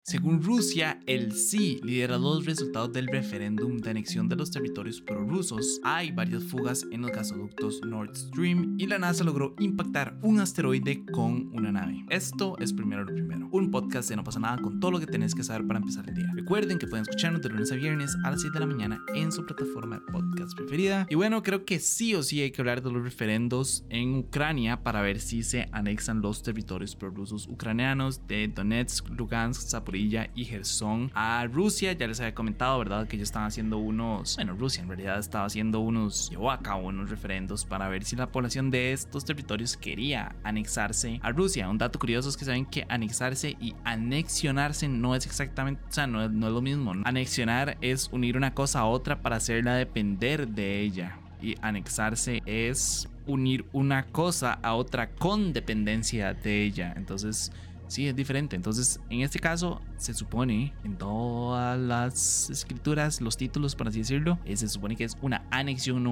Según Rusia, el sí lidera los resultados del referéndum de anexión de los territorios prorrusos. Hay varias fugas en los gasoductos Nord Stream y la NASA logró impactar un asteroide con una nave. Esto es Primero lo Primero, un podcast de No Pasa Nada con todo lo que tenés que saber para empezar el día. Recuerden que pueden escucharnos de lunes a viernes a las 6 de la mañana en su plataforma de podcast preferida. Y bueno, creo que sí o sí hay que hablar de los referendos en Ucrania para ver si se anexan los territorios prorrusos ucranianos de Donetsk, Lugansk, Zaporizhia y Gerson a Rusia. Ya les había comentado, ¿verdad?, que ellos estaban haciendo Rusia en realidad estaba llevó a cabo unos referendos para ver si la población de estos territorios quería anexarse a Rusia. Un dato curioso es que saben que anexarse y anexionarse no es exactamente, no es lo mismo. Anexionar es unir una cosa a otra para hacerla depender de ella, y anexarse es unir una cosa a otra con dependencia de ella. Entonces sí, es diferente. Entonces, en este caso, se supone, en todas las escrituras, los títulos, por así decirlo, se supone que es una anexión,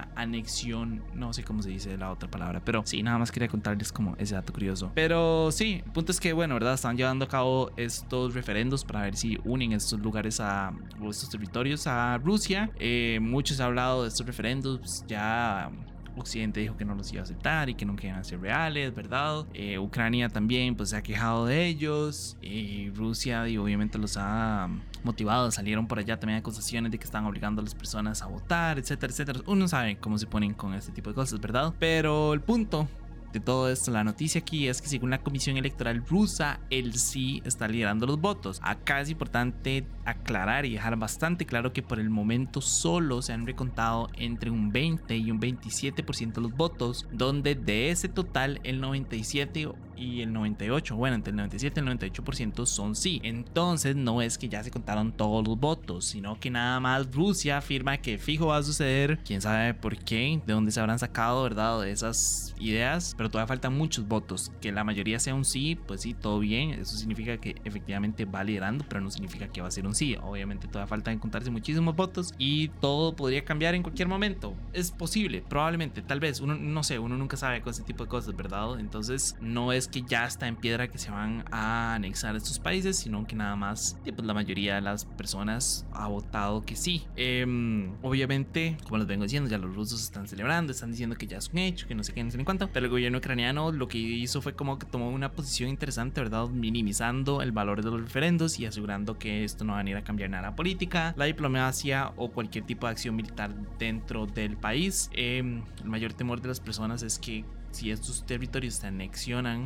no sé cómo se dice la otra palabra, pero sí, nada más quería contarles como ese dato curioso. Pero sí, el punto es que, bueno, ¿verdad?, están llevando a cabo estos referendos para ver si unen estos lugares o estos territorios a Rusia. Muchos han hablado de estos referendos, ya Occidente dijo que no los iba a aceptar y que nunca iban a ser reales, ¿verdad? Ucrania también pues se ha quejado de ellos. Rusia obviamente los ha motivado. Salieron por allá también acusaciones de que están obligando a las personas a votar, etcétera, etcétera. Uno sabe cómo se ponen con este tipo de cosas, ¿verdad? Pero el punto de todo esto, la noticia aquí es que según la Comisión Electoral rusa, el sí está liderando los votos. Acá es importante aclarar y dejar bastante claro que por el momento solo se han recontado entre un 20 y un 27% de los votos, donde de ese total el 97 y el 98, bueno, entre el 97 y el 98% son sí. Entonces no es que ya se contaron todos los votos, sino que nada más Rusia afirma que fijo va a suceder. Quién sabe por qué, de dónde se habrán sacado, ¿verdad?, esas ideas, pero todavía faltan muchos votos. Que la mayoría sea un sí, pues sí, todo bien. Eso significa que efectivamente va liderando, pero no significa que va a ser un sí. Obviamente todavía faltan contarse muchísimos votos y todo podría cambiar en cualquier momento. Es posible, probablemente, tal vez, uno no sé, uno nunca sabe con ese tipo de cosas, ¿verdad? Entonces no es que ya está en piedra que se van a anexar estos países, sino que nada más pues la mayoría de las personas ha votado que sí. Obviamente, como les vengo diciendo, ya los rusos están celebrando, están diciendo que ya es un hecho, que no sé qué, no sé ni cuánto, pero el gobierno ucraniano lo que hizo fue como que tomó una posición interesante, ¿verdad?, minimizando el valor de los referendos y asegurando que esto no va a venir a cambiar nada la política, la diplomacia o cualquier tipo de acción militar dentro del país. El mayor temor de las personas es que si estos territorios se anexionan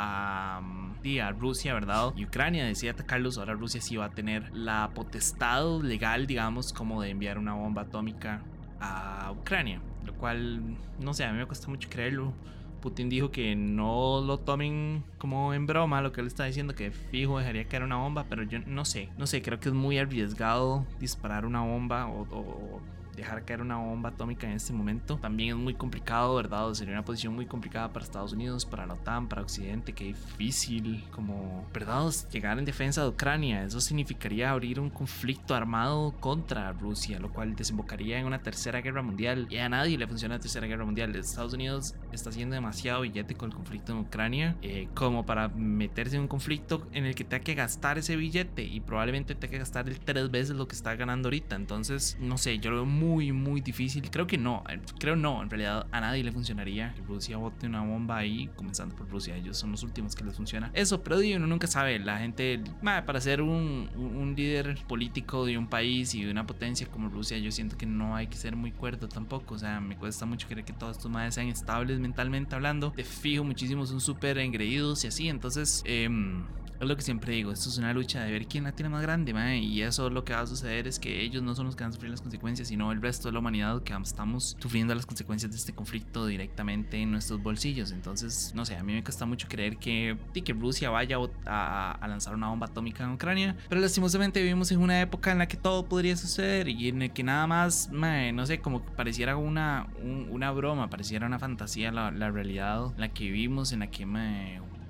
a Rusia, ¿verdad?, y Ucrania decide atacarlos, ahora Rusia sí va a tener la potestad legal, digamos, como de enviar una bomba atómica a Ucrania, lo cual, no sé, a mí me cuesta mucho creerlo. Putin dijo que no lo tomen como en broma lo que él está diciendo, que fijo dejaría caer una bomba, pero yo no sé, creo que es muy arriesgado disparar una bomba o dejar caer una bomba atómica en este momento. También es muy complicado, ¿verdad? Sería una posición muy complicada para Estados Unidos, para la OTAN, para Occidente. Qué difícil, como, ¿verdad?, llegar en defensa de Ucrania. Eso significaría abrir un conflicto armado contra Rusia, lo cual desembocaría en una tercera guerra mundial. Y a nadie le funciona la tercera guerra mundial. Estados Unidos está haciendo demasiado billete con el conflicto en Ucrania como para meterse en un conflicto en el que tenga que gastar ese billete y probablemente tenga que gastar 3 veces lo que está ganando ahorita. Entonces, no sé, yo lo veo muy difícil. Creo no, en realidad a nadie le funcionaría que Rusia bote una bomba ahí, comenzando por Rusia. Ellos son los últimos que les funciona eso, pero uno nunca sabe. La gente, para ser un líder político de un país y de una potencia como Rusia, yo siento que no hay que ser muy cuerdo tampoco. O sea, me cuesta mucho creer que todos estos madres sean estables mentalmente hablando. De fijo, muchísimos son súper engreídos y así. Entonces, es lo que siempre digo, esto es una lucha de ver quién la tiene más grande, mae, y eso lo que va a suceder es que ellos no son los que van a sufrir las consecuencias, sino el resto de la humanidad que estamos sufriendo las consecuencias de este conflicto directamente en nuestros bolsillos. Entonces, no sé, a mí me cuesta mucho creer que Rusia vaya a lanzar una bomba atómica en Ucrania, pero lastimosamente vivimos en una época en la que todo podría suceder y en el que nada más, mae, no sé, como que pareciera una broma, pareciera una fantasía la realidad en la que vivimos, en la que, mae,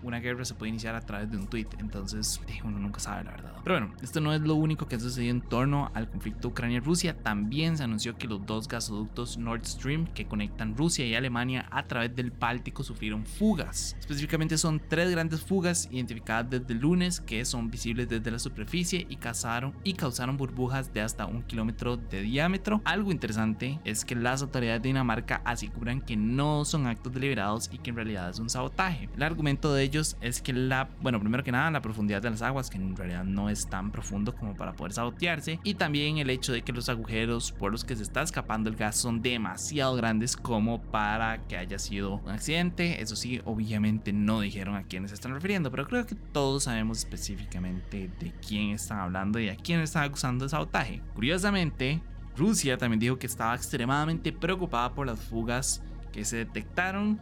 una guerra se puede iniciar a través de un tweet, entonces uno nunca sabe la verdad. Pero bueno, esto no es lo único que ha sucedido en torno al conflicto Ucrania-Rusia. También se anunció que los dos gasoductos Nord Stream que conectan Rusia y Alemania a través del Báltico sufrieron fugas. Específicamente son 3 grandes fugas identificadas desde el lunes que son visibles desde la superficie y causaron burbujas de hasta 1 kilómetro de diámetro. Algo interesante es que las autoridades de Dinamarca aseguran que no son actos deliberados y que en realidad es un sabotaje. El argumento de ellos es que primero que nada, la profundidad de las aguas, que en realidad no es tan profundo como para poder sabotearse, y también el hecho de que los agujeros por los que se está escapando el gas son demasiado grandes como para que haya sido un accidente. Eso sí, obviamente no dijeron a quién se están refiriendo, pero creo que todos sabemos específicamente de quién están hablando y a quién están acusando de sabotaje. Curiosamente, Rusia también dijo que estaba extremadamente preocupada por las fugas que se detectaron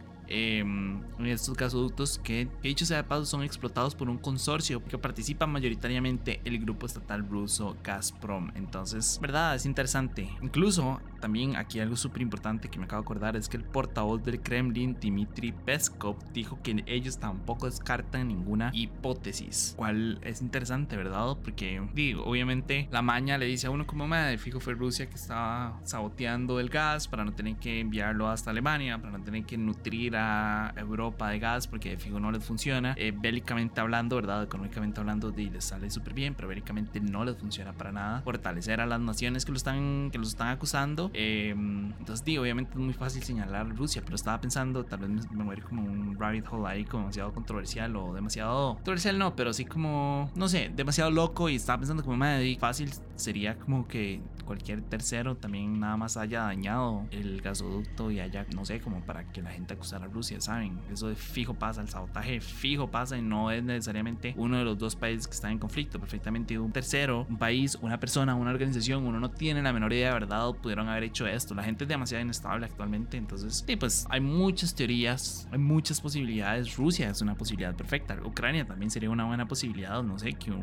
en estos gasoductos que dicho sea de paso son explotados por un consorcio que participa mayoritariamente el grupo estatal ruso Gazprom. Entonces, verdad, es interesante. Incluso también aquí algo súper importante que me acabo de acordar es que el portavoz del Kremlin, Dmitry Peskov, dijo que ellos tampoco descartan ninguna hipótesis, cual es interesante, ¿verdad? Porque digo, obviamente la maña le dice a uno como madre, fijo fue Rusia que estaba saboteando el gas para no tener que enviarlo hasta Alemania, para no tener que nutrir a Europa de gas, porque de fijo no les funciona. Bélicamente hablando, ¿verdad? Económicamente hablando, les sale súper bien, pero bélicamente no les funciona para nada. Fortalecer a las naciones que los están acusando. Entonces, obviamente es muy fácil señalar a Rusia, pero estaba pensando, tal vez me muero como un rabbit hole ahí, como demasiado controversial o demasiado controversial, no, pero sí como, no sé, demasiado loco, y estaba pensando como fácil sería como que cualquier tercero también nada más haya dañado el gasoducto y haya, no sé, como para que la gente acusara a Rusia, ¿saben? Eso de fijo pasa, el sabotaje fijo pasa y no es necesariamente uno de los dos países que están en conflicto. Perfectamente un tercero, un país, una persona, una organización, uno no tiene la menor idea de verdad, pudieron haber hecho esto. La gente es demasiado inestable actualmente, entonces sí, pues hay muchas teorías, hay muchas posibilidades. Rusia es una posibilidad perfecta, Ucrania también sería una buena posibilidad, no sé, que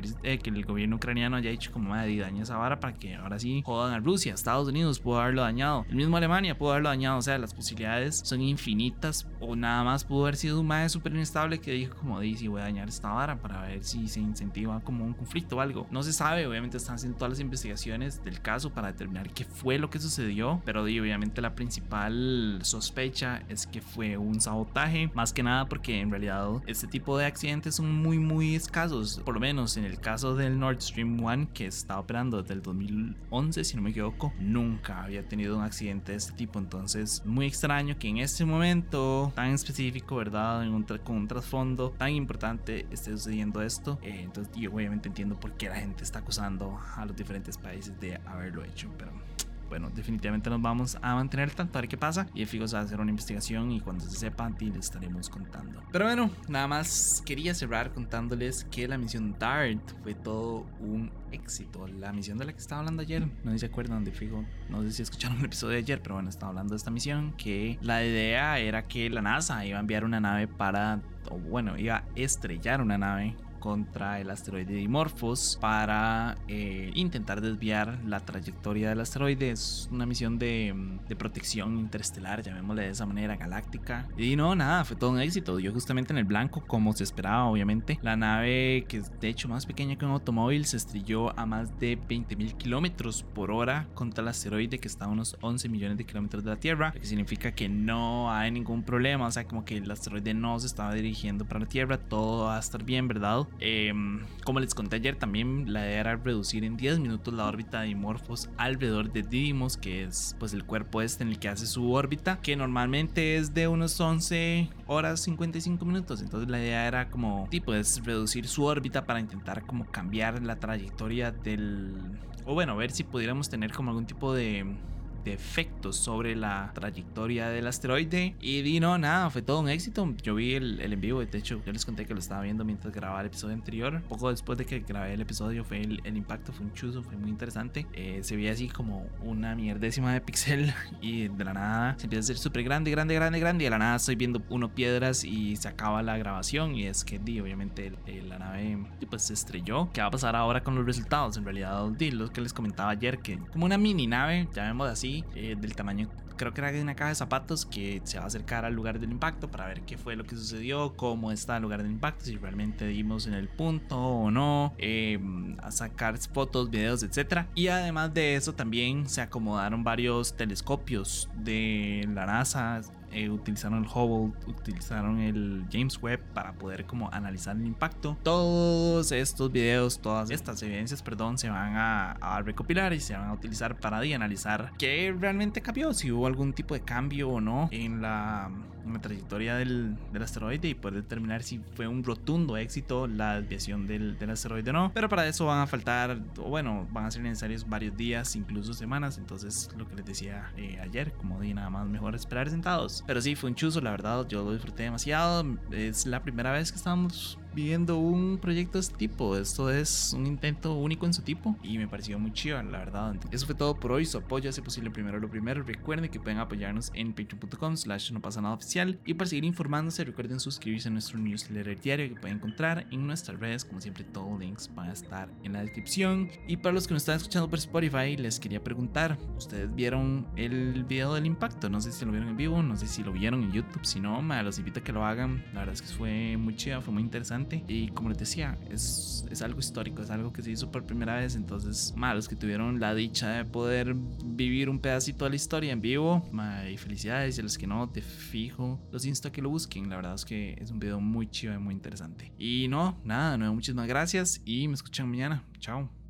el gobierno ucraniano haya hecho como daño esa vara para que ahora sí jodan a Rusia. Estados Unidos pudo haberlo dañado, el mismo Alemania pudo haberlo dañado, o sea, las posibilidades son infinitas. O nada más pudo haber sido un mae súper inestable que dijo como si voy a dañar esta vara para ver si se incentiva como un conflicto o algo. No se sabe, obviamente están haciendo todas las investigaciones del caso para determinar qué fue lo que sucedió, pero obviamente la principal sospecha es que fue un sabotaje, más que nada porque en realidad este tipo de accidentes son muy escasos. Por lo menos en el caso del Nord Stream 1, que está operando desde el 2011 si no me equivoco, nunca había tenido un accidente de este tipo. Entonces muy extraño que en este momento tan específico, ¿verdad? Con un trasfondo tan importante esté sucediendo esto. Entonces yo obviamente entiendo por qué la gente está acusando a los diferentes países de haberlo hecho, pero bueno, definitivamente nos vamos a mantener al tanto a ver qué pasa, y de fijo se va a hacer una investigación y cuando se sepa les estaremos contando. Pero bueno, nada más quería cerrar contándoles que la misión DART fue todo un éxito. La misión de la que estaba hablando ayer, no sé si se acuerdan, de fijo, no sé si escucharon el episodio de ayer, pero bueno, estaba hablando de esta misión, que la idea era que la NASA iba a enviar una nave iba a estrellar una nave contra el asteroide Dimorphos para intentar desviar la trayectoria del asteroide. Es una misión de protección interestelar, llamémosle de esa manera, galáctica. Y no, nada, fue todo un éxito. Dio justamente en el blanco, como se esperaba, obviamente. La nave, que es de hecho más pequeña que un automóvil, se estrelló a más de 20.000 kilómetros por hora contra el asteroide, que está a unos 11 millones de kilómetros de la Tierra, lo que significa que no hay ningún problema. O sea, como que el asteroide no se estaba dirigiendo para la Tierra, todo va a estar bien, ¿verdad? Como les conté ayer, también la idea era reducir en 10 minutos la órbita de Dimorphos alrededor de Didymos, que es pues el cuerpo en el que hace su órbita, que normalmente es de unos 11 horas 55 minutos. Entonces la idea era como pues reducir su órbita para intentar como cambiar la trayectoria ver si pudiéramos tener como algún tipo de efectos sobre la trayectoria del asteroide. Y no, nada, fue todo un éxito. Yo vi el en vivo, de hecho yo les conté que lo estaba viendo mientras grababa el episodio anterior. Poco después de que grabé el episodio fue el impacto, fue un chuzo, fue muy interesante. Se veía así como una mierdécima de pixel y de la nada se empieza a hacer súper grande y de la nada estoy viendo piedras y se acaba la grabación. Y es que obviamente la nave pues se estrelló. ¿Qué va a pasar ahora con los resultados? En realidad lo que les comentaba ayer, que como una mini nave, llamémoslo así, del tamaño creo que era en una caja de zapatos, que se va a acercar al lugar del impacto para ver qué fue lo que sucedió, cómo está el lugar del impacto, si realmente dimos en el punto o no, a sacar fotos, videos, etcétera. Y además de eso también se acomodaron varios telescopios de la NASA. Utilizaron el Hubble, utilizaron el James Webb para poder como analizar el impacto. Todos estos videos, todas estas evidencias, perdón, se van a recopilar y se van a utilizar para analizar qué realmente cambió, si hubo algún tipo de cambio o no en la trayectoria del asteroide, y poder determinar si fue un rotundo éxito la desviación del asteroide o no. Pero para eso van a faltar, o bueno, van a ser necesarios varios días, incluso semanas. Entonces, lo que les decía ayer, como di, nada más mejor esperar sentados. Pero sí, fue un chuzo, la verdad, yo lo disfruté demasiado. Es la primera vez que estamos viviendo un proyecto de este tipo. Esto es un intento único en su tipo y me pareció muy chido, la verdad. Eso fue todo por hoy. Su apoyo hace posible primero lo primero. Recuerden que pueden apoyarnos en patreon.com/nopasanadaoficial, y para seguir informándose recuerden suscribirse a nuestro newsletter diario que pueden encontrar en nuestras redes. Como siempre, todos los links van a estar en la descripción. Y para los que nos están escuchando por Spotify, les quería preguntar, ¿ustedes vieron el video del impacto? No sé si lo vieron en vivo, no sé si lo vieron en YouTube. Si no, los invito a que lo hagan. La verdad es que fue muy chido, fue muy interesante. Y como les decía, es algo histórico, es algo que se hizo por primera vez. Entonces, los que tuvieron la dicha de poder vivir un pedacito de la historia en vivo, y felicidades. Y a los que no, te fijo, los insto a que lo busquen. La verdad es que es un video muy chido y muy interesante. Y no, nada, muchísimas gracias y me escuchan mañana. Chao.